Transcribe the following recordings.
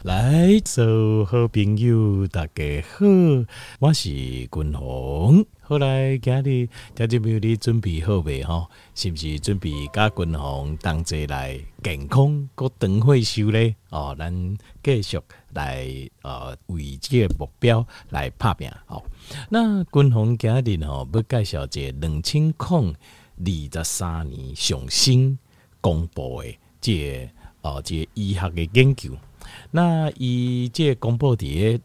来，所有好朋友，大家好，我是君鸿。后来今日听众朋友，你准备好未吼？是不是准备甲君鸿同齐来健康个长退休咧？哦，咱继续来为这个目标来打拼。好，那君鸿今日吼要介绍一个2023年上新公布的这个医学的研究。那以这公布伫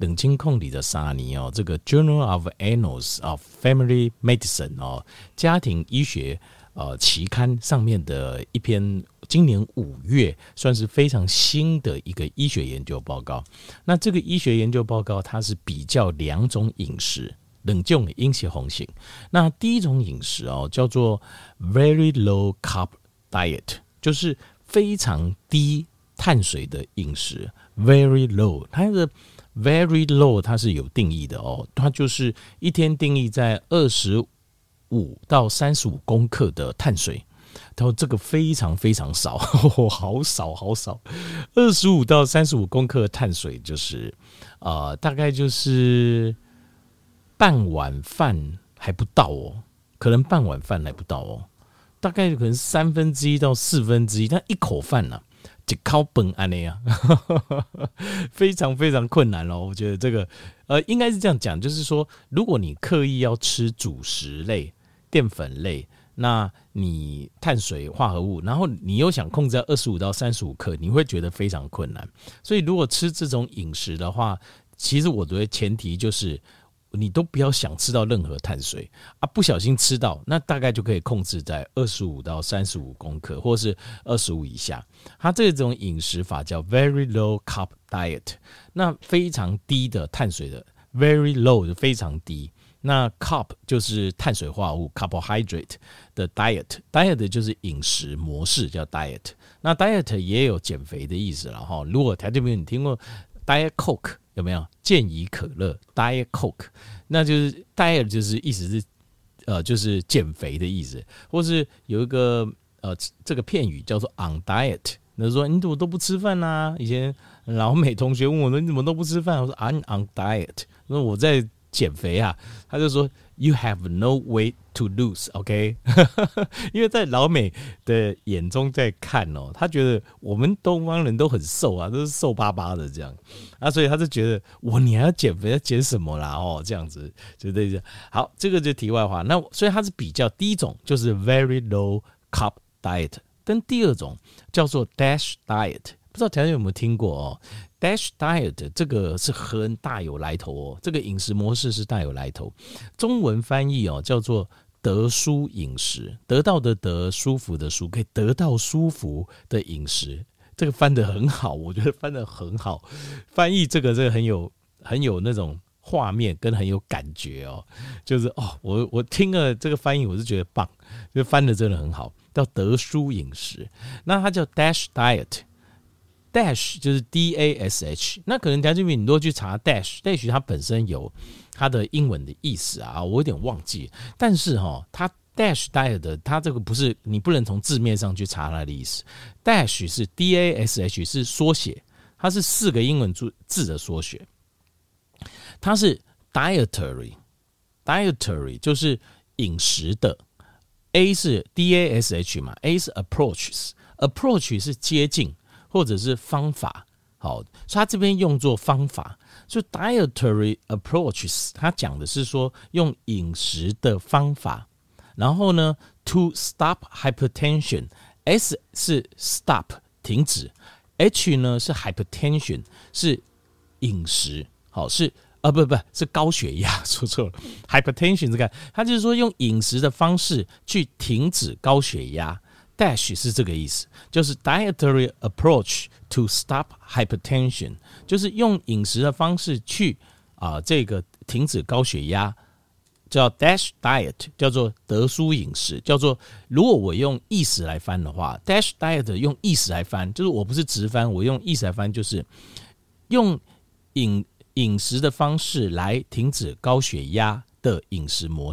2023年这个 Journal of Annals of Family Medicine 家庭医学期刊上面的一篇，今年5月算是非常新的一个医学研究报告。那这个医学研究报告它是比较2种饮食，两种的饮食方式。那第一种饮食叫做 Very Low Carb Diet， 就是非常低碳水的饮食。Very low， 它的 very low 它是有定义的它就是一天定义在25到35公克的碳水。它这个非常非常少，好少好少。25到35公克的碳水就是大概就是半碗饭还不到可能半碗饭还不到大概可能1/3到1/4，但一口饭啊。一口饭这样非常非常困难我觉得这个应该是这样讲，就是说如果你刻意要吃主食类淀粉类，那你碳水化合物，然后你又想控制在25到35克，你会觉得非常困难。所以如果吃这种饮食的话，其实我的前提就是你都不要想吃到任何碳水不小心吃到，那大概就可以控制在25到35公克，或是25以下。它这种饮食法叫 Very Low Carb Diet， 那非常低的碳水的 Very Low 就非常低。那 Carb 就是碳水化合物 Carbohydrate 的 Diet 就是饮食模式叫 Diet。那 Diet 也有减肥的意思啦如果台这边你听过 Diet Coke有没有？健怡可乐 Diet Coke， 那就是 Diet 就是意思是就是减肥的意思，或是有一个这个片语叫做 on diet， 那说你怎么都不吃饭啊？以前老美同学问我说你怎么都不吃饭？我说 I'm on diet， 说我在减肥啊。他就说 You have no weight to lose， OK？ 因为在老美的眼中在看他觉得我们东方人都很瘦啊，都是瘦巴巴的这样所以他就觉得你还要减肥，要减什么啦这样子，就对。好，这个就题外话。那所以它是比较第一种就是 very low carb diet， 跟第二种叫做 DASH diet， 不知道大家有没有听过DASH diet 这个是很大有来头这个饮食模式是大有来头。中文翻译叫做得舒饮食，得到的得，舒服的舒，可以得到舒服的饮食。这个翻得很好，我觉得翻得很好。翻译这个很有那种画面跟很有感觉就是我听了这个翻译我是觉得棒，就翻得真的很好，叫得舒饮食。那它叫 DASH diet。Dash 就是 DASH， 那可能台这边你都去查 Dash 它本身有它的英文的意思我有点忘记。但是它 Dash diet 它这个不是，你不能从字面上去查它的意思。Dash 是 DASH 是缩写，它是4个英文字的缩写。它是 dietary 就是饮食的。A 是 DASH 嘛 ，A 是 approach 是接近。或者是方法，所以他这边用作方法，所以 dietary approaches 他讲的是说用饮食的方法，然后呢 to stop hypertension， S 是 stop 停止， H 呢是 hypertension 是饮食，是不是高血压，说错了 hypertension 这个，他就是说用饮食的方式去停止高血压。Dash 是这个意思，就是 dietary approach to stop hypertension， 就是用饮食的方式去这个停止高血压，叫 Dash diet， 叫做得舒饮食，叫做如果我用意思来翻的话 ，Dash diet 用意思来翻，就是我不是直翻，我用意思来翻，就是用饮食的方式来停止高血压的饮食模式。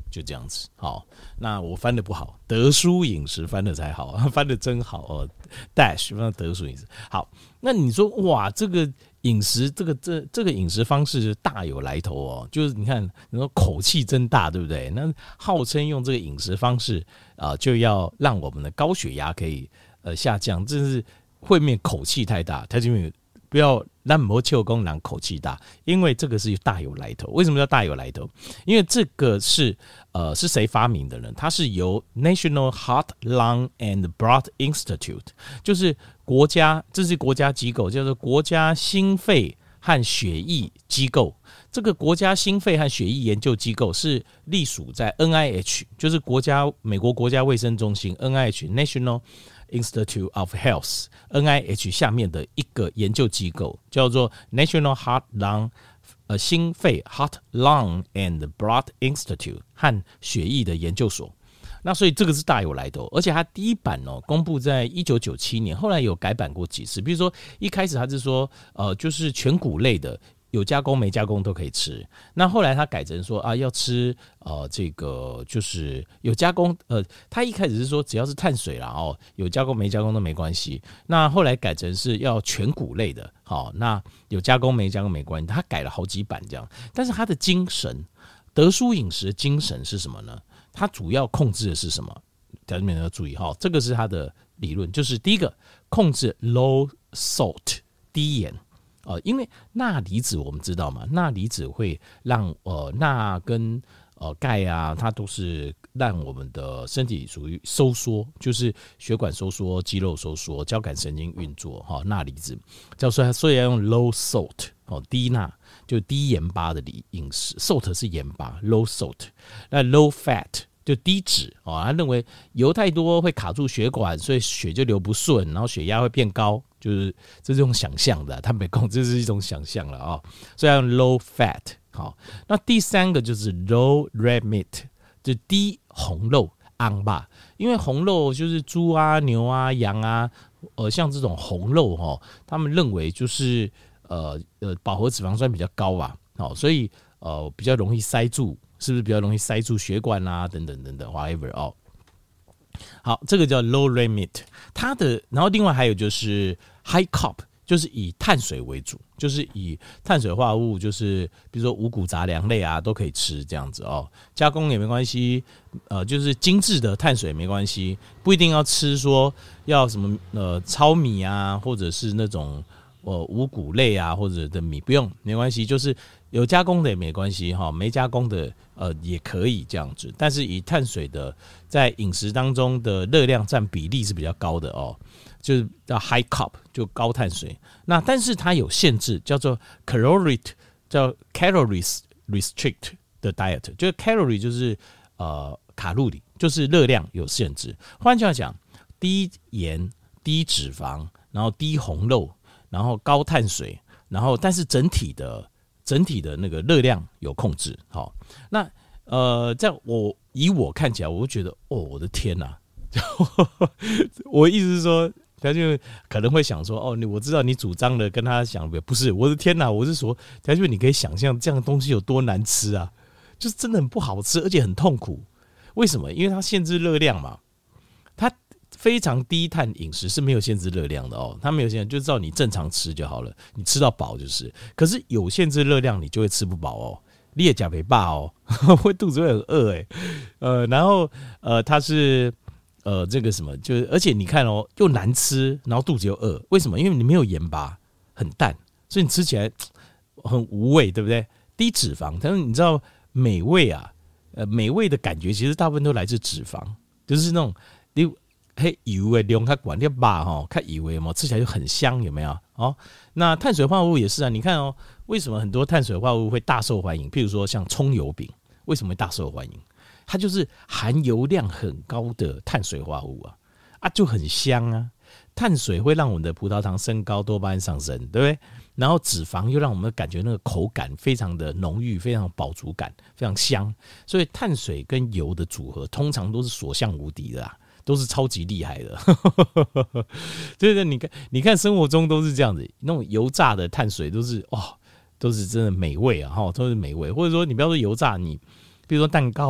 就这样子。好，那我翻的不好，德叔饮食翻的才好，翻的真好哦。Dash 翻德叔饮食好，那你说哇，这个饮食这个饮食方式大有来头哦，就是你看你说口气真大，对不对？那号称用这个饮食方式就要让我们的高血压可以下降，真是会面口气太大，他就不要让某秋公人口气大，因为这个是大有来头。为什么叫大有来头？因为这个是谁发明的呢？它是由 National Heart, Lung and Blood Institute， 就是这是国家机构，叫做国家心肺和血液机构。这个国家心肺和血液研究机构是隶属在 NIH， 就是美国国家卫生中心 NIH National Institute of Health NIH 下面的一个研究机构，叫做 National Heart Lung 心肺 Heart Lung and Blood Institute 和血液的研究所。那所以这个是大有来头，而且它第一版公布在1997年，后来有改版过几次。比如说一开始它是说就是全谷类的，有加工没加工都可以吃。那后来他改成说要吃这个就是有加工他一开始是说只要是碳水啦有加工没加工都没关系。那后来改成是要全谷类的，那有加工没加工没关系。他改了好几版这样，但是他的精神，德叔饮食的精神是什么呢？他主要控制的是什么？大家要注意这个是他的理论，就是第一个控制 low salt 低盐。因为钠离子我们知道嘛，钠离子会让钠跟钙啊，它都是让我们的身体属于收缩，就是血管收缩、肌肉收缩、交感神经运作钠离子，所以要用 low salt 低钠，就低盐巴的饮食。salt 是盐巴 low salt， 那 low fat就低脂他认为油太多会卡住血管，所以血就流不顺，然后血压会变高，就是这是一种想象的，他没讲，这是一种想象了所以要用 low fat。好，那第三个就是 low red meat， 就低红肉昂吧，因为红肉就是猪啊、牛啊、羊啊，像这种红肉他们认为就是饱和脂肪酸比较高吧，所以比较容易塞住。是不是比较容易塞住血管啊？等等等等 ，whatever 好，这个叫 low red meat。然后另外还有就是 high carb， 就是以碳水为主，就是以碳水化合物，就是比如说五谷杂粮类啊都可以吃这样子加工也没关系，就是精致的碳水没关系，不一定要吃说要什么糙米啊，或者是那种五谷类啊或者的米，不用没关系，就是有加工的也没关系没加工的也可以这样子，但是以碳水的在饮食当中的热量占比例是比较高的就是叫 high carb， 就高碳水。那但是它有限制，叫做 calories restrict 的 diet， 就是 calorie 就是卡路里，就是热量有限制。换句话讲，低盐、低脂肪，然后低红肉，然后高碳水，然后但是整体的那个热量有控制。好，那在以我看起来，我就觉得我的天哪！我意思是说，他就可能会想说，我知道你主张的跟他想的不是，我的天哪！我是说，他就你可以想象这样的东西有多难吃啊，就是真的很不好吃，而且很痛苦。为什么？因为它限制热量嘛，它非常低碳饮食是没有限制热量的它没有限制，就照你正常吃就好了，你吃到饱就是。可是有限制热量，你就会吃不饱你也吃不饱会肚子会很饿然后它是这个什么，就是而且你看又难吃，然后肚子又饿，为什么？因为你没有盐巴，很淡，所以你吃起来很无味，对不对？低脂肪，但是你知道美味啊，美味的感觉其实大部分都来自脂肪，就是那种你油的量较高，你肉较油的嘛，吃起来就很香，有没有？那碳水化合物也是啊，你看为什么很多碳水化合物会大受欢迎？譬如说像葱油饼，为什么会大受欢迎？它就是含油量很高的碳水化合物就很香啊。碳水会让我们的葡萄糖升高，多巴胺上升，对不对？然后脂肪又让我们感觉那个口感非常的浓郁，非常有饱足感，非常香。所以碳水跟油的组合通常都是所向无敌的都是超级厉害的。对对，你看生活中都是这样子，那种油炸的碳水都是真的美味都是美味。或者说你不要说油炸，你比如说蛋糕，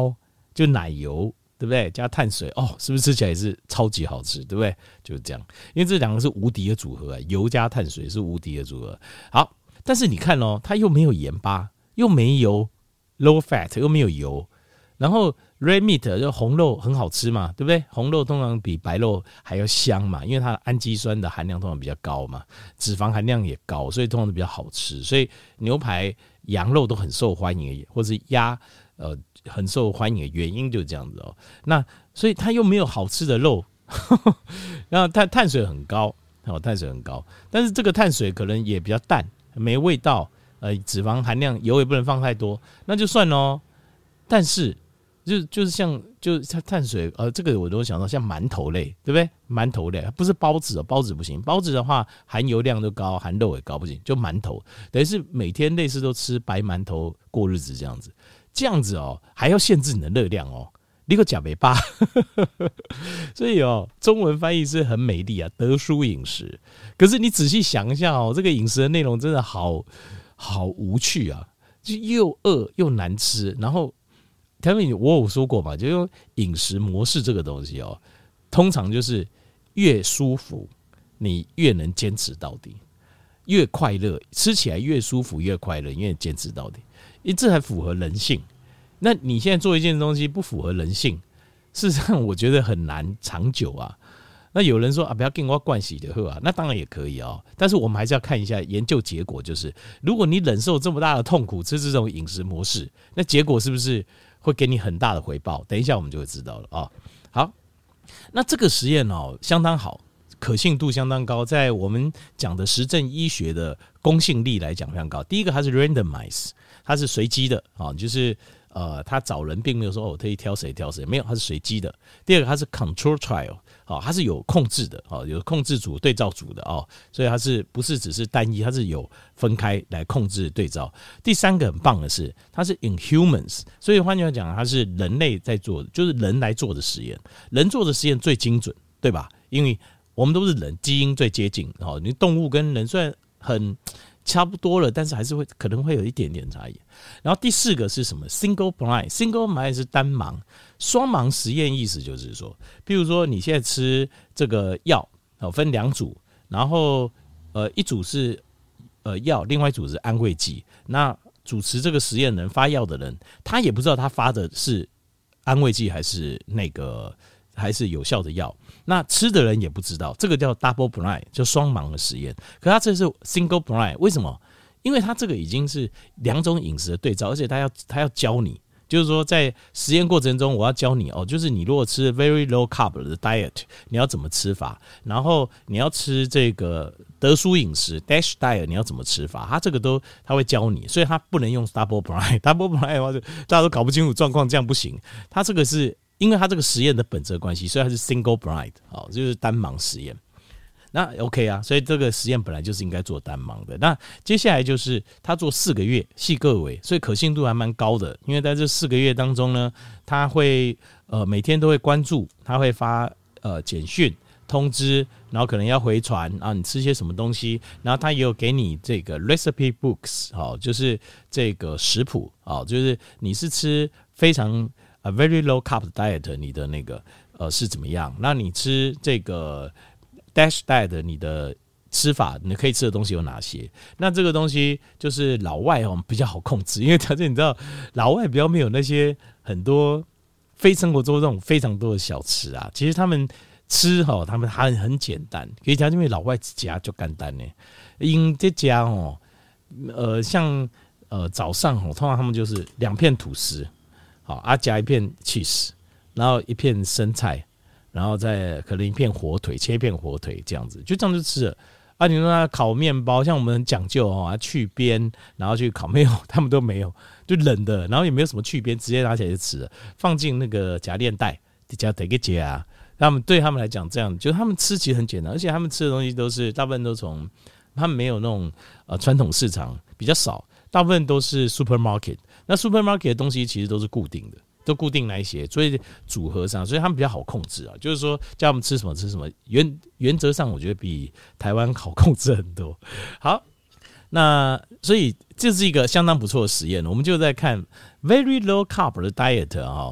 就奶油，对不对？加碳水哦，是不是吃起来也是超级好吃，对不对？就是这样，因为这两个是无敌的组合啊，油加碳水是无敌的组合。好，但是你看哦，它又没有盐巴，又没油 ，low fat 又没有油，然后 red meat 就红肉很好吃嘛，对不对？红肉通常比白肉还要香嘛，因为它的氨基酸的含量通常比较高嘛，脂肪含量也高，所以通常比较好吃。所以牛排、羊肉都很受欢迎，或是鸭很受欢迎的原因就是这样子哦。那所以它又没有好吃的肉，然后碳水很高，碳水很高，但是这个碳水可能也比较淡，没味道，脂肪含量油也不能放太多，那就算咯。但是就是像碳水，这个我都想到像馒头类，对不对？馒头类不是包子哦，包子不行，包子的话含油量都高，含肉也高，不行，就馒头，等于是每天类似都吃白馒头过日子这样子。这样子哦，还要限制你的热量哦，你个假没巴，所以哦，中文翻译是很美丽啊，德蔬饮食。可是你仔细想一下哦，这个饮食的内容真的好无趣啊，就又饿又难吃。然后，他们我有说过嘛，就用饮食模式这个东西哦，通常就是越舒服，你越能坚持到底，越快乐，吃起来越舒服越快乐，越坚持到底。因为这还符合人性。那你现在做一件东西不符合人性，事实上我觉得很难长久啊。那有人说啊，不要跟我灌洗的喝啊，那当然也可以哦。但是我们还是要看一下研究结果，就是如果你忍受这么大的痛苦吃这种饮食模式，那结果是不是会给你很大的回报？等一下我们就会知道了哦。好，那这个实验哦相当好，可信度相当高，在我们讲的实证医学的公信力来讲非常高。第一个它是 randomize， 它是随机的啊，就是他找人并没有说我特意挑谁，没有，它是随机的。第二个它是 control trial， 它是有控制的，有控制组、对照组的哦，所以它是不是只是单一，它是有分开来控制对照。第三个很棒的是，它是 in humans， 所以换句话讲，它是人类在做的，就是人来做的实验，人做的实验最精准，对吧？因为我们都是人，基因最接近，你动物跟人虽然很差不多了，但是还是可能会有一点点差异。然后第四个是什么 ？Single blind，Single blind 是单盲，双盲实验意思就是说，譬如说你现在吃这个药，分两组，然后一组是药，另外一组是安慰剂。那主持这个实验人发药的人，他也不知道他发的是安慰剂还是还是有效的药，那吃的人也不知道，这个叫 double blind， 就双盲的实验。可他这是 single blind， 为什么？因为他这个已经是两种饮食的对照，而且他要教你，就是说在实验过程中，我要教你哦，就是你如果吃 very low carb 的 diet， 你要怎么吃法，然后你要吃这个德蔬饮食 dash diet， 你要怎么吃法，他这个他会教你，所以他不能用 double blind。double blind 的话，大家都搞不清楚状况，这样不行。他这个是因为他这个实验的本质关系，所以它是 single blind， 就是单盲实验。那 OK 啊，所以这个实验本来就是应该做单盲的。那接下来就是他做4个月，细个尾，所以可信度还蛮高的。因为在这4个月当中呢，他会每天都会关注，他会发简讯通知，然后可能要回传啊，你吃些什么东西，然后他也有给你这个 recipe books， 就是这个食谱，就是你是吃非常very low carb diet， 你的那个是怎么样？那你吃这个 dash diet， 你的吃法，你可以吃的东西有哪些？那这个东西就是老外比较好控制，因为他这你知道，老外比较没有那些很多非生活中这种非常多的小吃啊。其实他们吃他们还很简单，可以讲因为老外家就简单呢。因这家像早上通常他们就是2片吐司。加一片 cheese， 然后一片生菜，然后再可能一片火腿，切一片火腿这样子，就这样就吃了。你说他烤面包，像我们很讲究去边，然后去烤，没有，他们都没有，就冷的，然后也没有什么去边，直接拿起来就吃了，放进那个夹链袋，加得个夹。对他们来讲，这样就他们吃其实很简单，而且他们吃的东西大部分都从他们没有那种传统市场比较少，大部分都是 supermarket。那 supermarket 的东西其实都是固定的，都固定那一些，所以组合上，所以他们比较好控制啊。就是说叫他们吃什么吃什么，原则上我觉得比台湾好控制很多。好，那所以这是一个相当不错的实验，我们就在看 very low carb 的 diet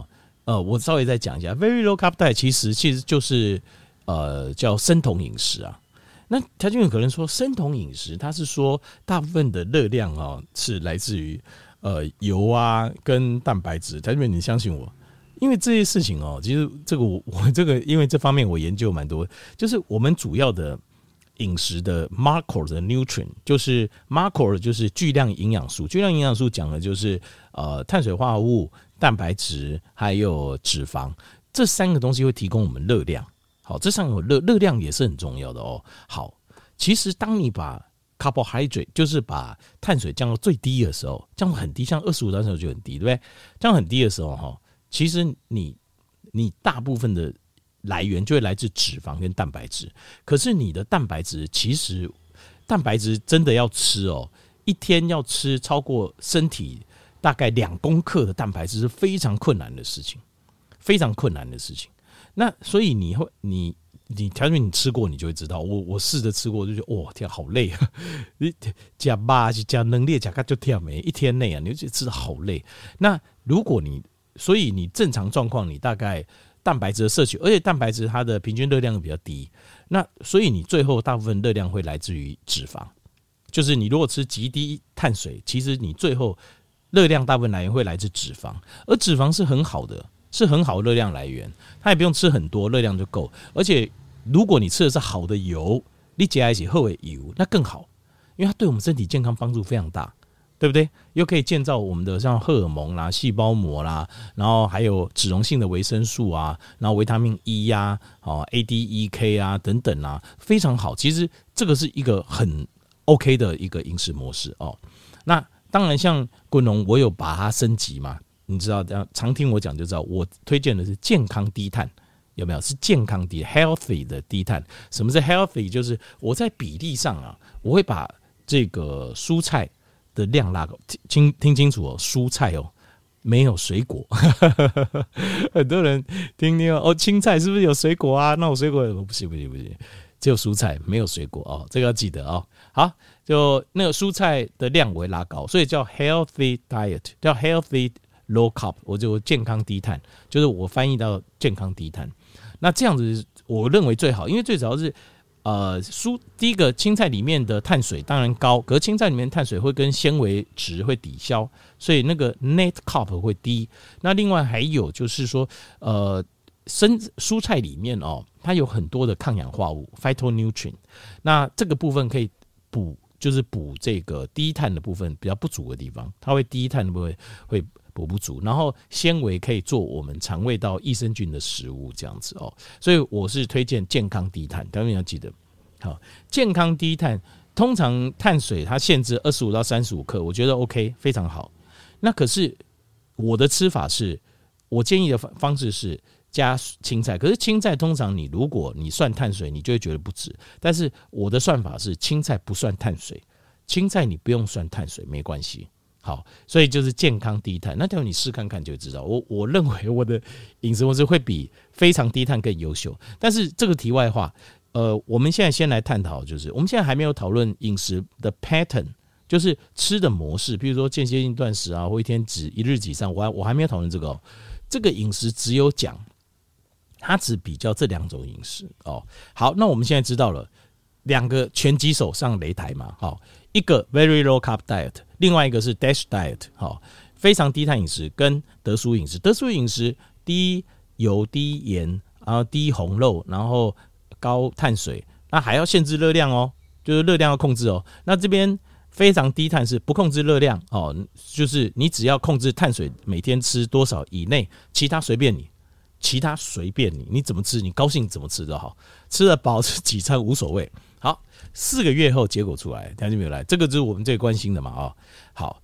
我稍微再讲一下 ，very low carb diet 其实就是叫生酮饮食啊。那他就有可能说生酮饮食，它是说大部分的热量是来自于油啊跟蛋白质。他就你相信我，因为这些事情其实这个我这个因为这方面我研究蛮多，就是我们主要的饮食的 macro 的 nutrient， 就是 macro 就是巨量营养素，巨量营养素讲的就是碳水化合物、蛋白质还有脂肪，这三个东西会提供我们热量。好，这上有热量也是很重要的哦。好，其实当你把 carbohydrate 就是把碳水降到最低的时候，降到很低，像25到30就很低，对不对？降到很低的时候其实你大部分的来源就会来自脂肪跟蛋白质。可是你的蛋白质，其实蛋白质真的要吃一天要吃超过身体大概2公克的蛋白质是非常困难的事情，非常困难的事情。那所以你条件你吃过，你就会知道。我试着吃过，就觉得哇天，好累啊！你加肉是加能力加就跳没一天内啊，你就觉得吃的好累。那如果所以你正常状况，你大概蛋白质的摄取，而且蛋白质它的平均热量比较低，那所以你最后大部分热量会来自于脂肪。就是你如果吃极低碳水，其实你最后热量大部分来源会来自脂肪，而脂肪是很好的。是很好的热量来源，它也不用吃很多，热量就够。而且如果你吃的是好的油，你加一起好的油，那更好，因为它对我们身体健康帮助非常大，对不对？又可以建造我们的像荷尔蒙啦、细胞膜啦，然后还有脂溶性的维生素啊，然后维他命 E 啊、ADEK 啊等等啊，非常好。其实这个是一个很 OK 的一个饮食模式哦。那当然，像滚龙，我有把它升级嘛。你知道，常听我讲就知道，我推荐的是健康低碳，有没有？是健康低 healthy 的低碳。什么是 healthy？ 就是我在比例上我会把这个蔬菜的量拉高。听清楚蔬菜没有水果。很多人听青菜是不是有水果啊？那我水果不行，只有蔬菜没有水果这个要记得好，就那个蔬菜的量我会拉高，所以叫 healthy diet， 叫 healthy low carb， 我就健康低碳，就是我翻译到健康低碳。那这样子我认为最好，因为最主要是第一个青菜里面的碳水当然高，可是青菜里面碳水会跟纤维质会抵消，所以那个 net carb 会低。那另外还有就是说蔬菜里面它有很多的抗氧化物 phytonutrient， 那这个部分可以补这个低碳的部分比较不足的地方，它会低碳的部分会补不足，然后纤维可以做我们肠胃道益生菌的食物这样子所以我是推荐健康低碳，大家要记得。好，健康低碳通常碳水它限制25到35克，我觉得 OK 非常好。那可是我的吃法是，我建议的方式是加青菜，可是青菜通常如果你算碳水，你就会觉得不止。但是我的算法是青菜不算碳水，青菜你不用算碳水没关系。好，所以就是健康低碳。那等你试看看就会知道，我认为我的饮食模式会比非常低碳更优秀。但是这个题外话，我们现在先来探讨，就是我们现在还没有讨论饮食的 pattern， 就是吃的模式，比如说间歇性断食或一天一日几餐，我还没有讨论这个这个饮食只有讲，它只比较这2种饮食好，那我们现在知道了2个拳击手上擂台嘛，一个 very low carb diet， 另外一个是 DASH diet， 非常低碳饮食跟德蔬饮食。德蔬饮食低油低盐，然后低红肉，然后高碳水，那还要限制热量就是热量要控制那这边非常低碳是不控制热量就是你只要控制碳水每天吃多少以内，其他随便你，你怎么吃，你高兴怎么吃都好，吃得饱吃几餐无所谓。好，4个月后结果出来，大家没有来，这个就是我们最关心的嘛好，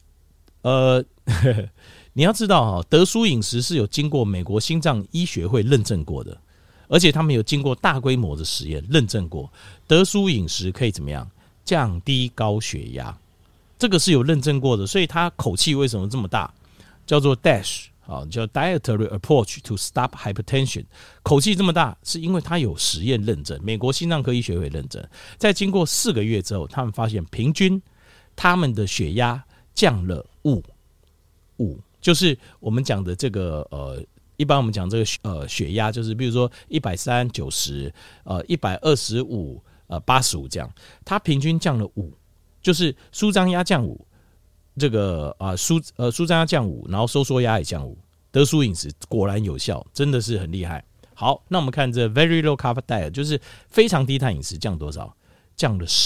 你要知道德蔬饮食是有经过美国心脏医学会认证过的，而且他们有经过大规模的实验认证过，德蔬饮食可以怎么样降低高血压，这个是有认证过的。所以他口气为什么这么大，叫做 DASH，叫 Dietary Approach to Stop Hypertension， 口气这么大是因为它有实验认证，美国心脏科医学会认证。在经过4个月之后，他们发现平均他们的血压降了5，就是我们讲的这个一般我们讲这个血压，就是比如说130、90、125、85这样，它平均降了5，就是舒张压降5，这个舒张压降5，然后收缩压也降5，德叔饮食果然有效，真的是很厉害。好，那我们看这 very low carb diet， 就是非常低碳饮食，降多少？降了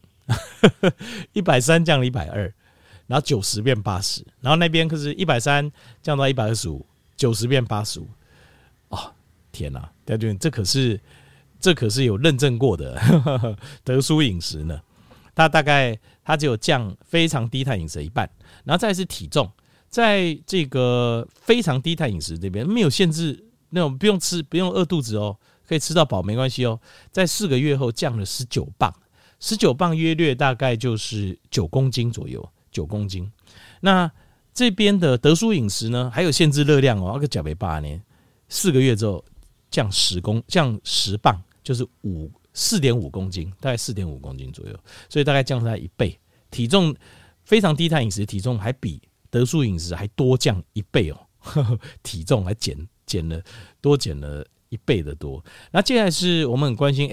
10，130降了120，然后90变80，然后那边可是130降到125，90变85。哦，天哪！这可是有认证过的德叔饮食呢。它大概它只有降非常低碳饮食的一半，然后再来是体重，在这个非常低碳饮食这边没有限制。那种不用吃，不用饿肚子哦，可以吃到饱没关系哦。在4个月后降了19磅，19磅约略大概就是9公斤左右，9公斤。那这边的德叔饮食呢，还有限制热量哦，那个假没罢呢，4个月之后降10磅，就是 4.5 公斤，大概 4.5 公斤左右，所以大概降了1倍。体重非常低碳饮食，体重还比德叔饮食还多降1倍哦，体重还多减了1倍的多。那接下来是我们很关心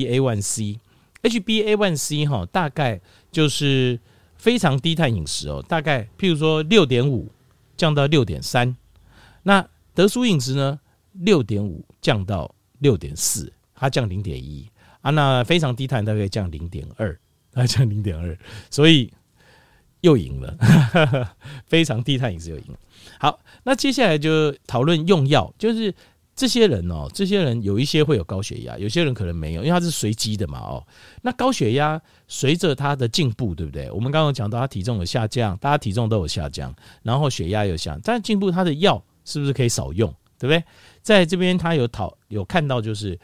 HbA1c 哈，大概就是非常低碳饮食哦，大概譬如说 6.5 降到 6.3， 那德叔饮食呢 6.5 降到 6.4， 它降 0.1 啊，那非常低碳大概降 0.2， 它降 0.2， 所以又赢了非常低碳饮食又赢了。好，那接下来就讨论用药，就是这些人有一些会有高血压，有些人可能没有，因为它是随机的嘛哦。那高血压随着他的进步，对不对？我们刚刚讲到他体重有下降，大家体重都有下降，然后血压有下降，但进步他的药是不是可以少用，对不对？在这边他有看到就是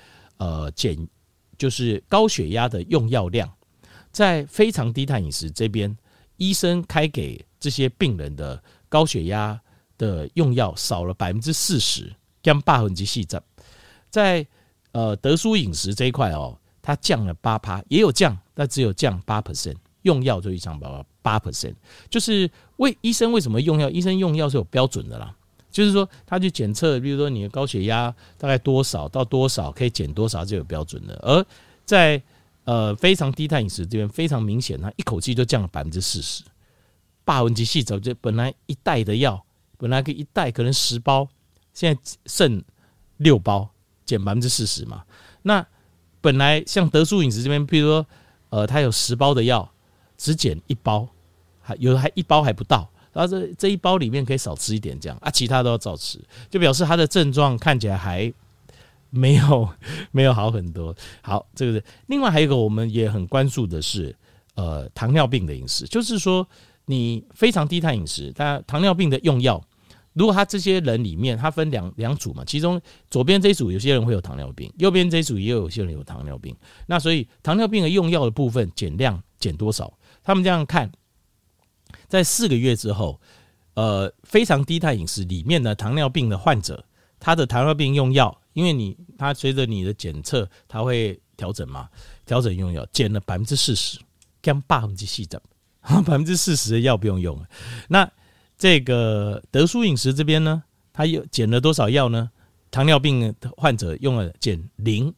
就是高血压的用药量，在非常低碳饮食这边，医生开给这些病人的高血压的用药少了 40%， 降 40%。 在德叔饮食这一块哦，它降了 8%， 也有降，但只有降 8%， 用药就降 8%。 就是医生为什么用药？医生用药是有标准的啦，就是说他去检测，比如说你的高血压大概多少到多少可以减多少，就有标准的。而在非常低碳饮食这边非常明显，它一口气就降了 40%。 40%就本来一袋的药，本来一袋可能10包，现在剩6包，减 40% 嘛。那本来像德叔饮食这边，比如说它有10包的药，只减1包，有的还1包还不到，然后这1包里面可以少吃一点这样啊，其他都要照吃，就表示它的症状看起来还没有好很多。好，这个是另外还有一个我们也很关注的是糖尿病的饮食，就是说你非常低碳饮食，但糖尿病的用药，如果他这些人里面他分两组嘛，其中左边这一组有些人会有糖尿病，右边这一组也有些人有糖尿病，那所以糖尿病的用药的部分减量减多少？他们这样看，在4个月之后，非常低碳饮食里面的糖尿病的患者，他的糖尿病用药，因为他随着你的检测，他会调整嘛，调整用药，减了 40%， 降 40%， 40% 的药不用用了。那这个德叔饮食这边呢，他又减了多少药呢？糖尿病患者用了减0，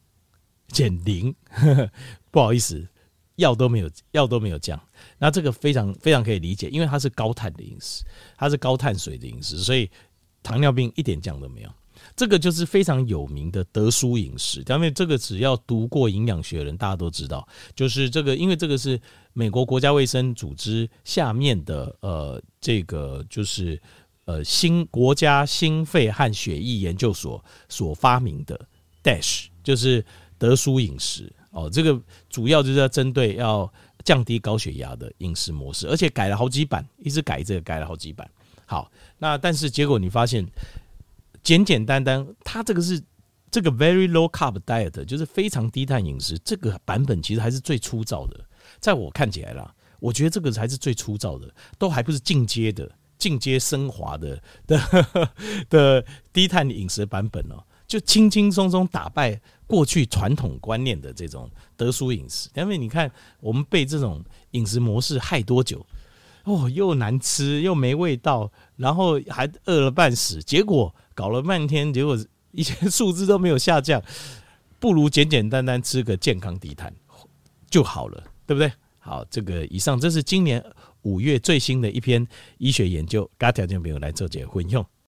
不好意思，药都没有降。那这个非常非常可以理解，因为它是高碳的饮食，它是高碳水的饮食，所以糖尿病一点降都没有。这个就是非常有名的德叔饮食，因为这个只要读过营养学的人大家都知道，就是这个，因为这个是美国国家卫生组织下面的这个就是国家心肺和血液研究所所发明的 DASH， 就是德叔饮食哦，这个主要就是要针对要降低高血压的饮食模式，而且改了好几版，一直改改了好几版。好，那但是结果你发现简简单单，它这个是这个 very low carb diet， 就是非常低碳饮食，这个版本其实还是最粗糙的。在我看起来啦，我觉得这个才是最粗糙的，都还不是进阶升华的低碳饮食版本哦，就轻轻松松打败过去传统观念的这种德叔饮食。因为你看，我们被这种饮食模式害多久？ 又难吃又没味道，然后还饿了半死，结果搞了半天，结果一些数字都没有下降，不如简简单单吃个健康低碳就好了，对不对？好，这个以上这是今年5月最新的一篇医学研究，大家条件朋友来做这个分享。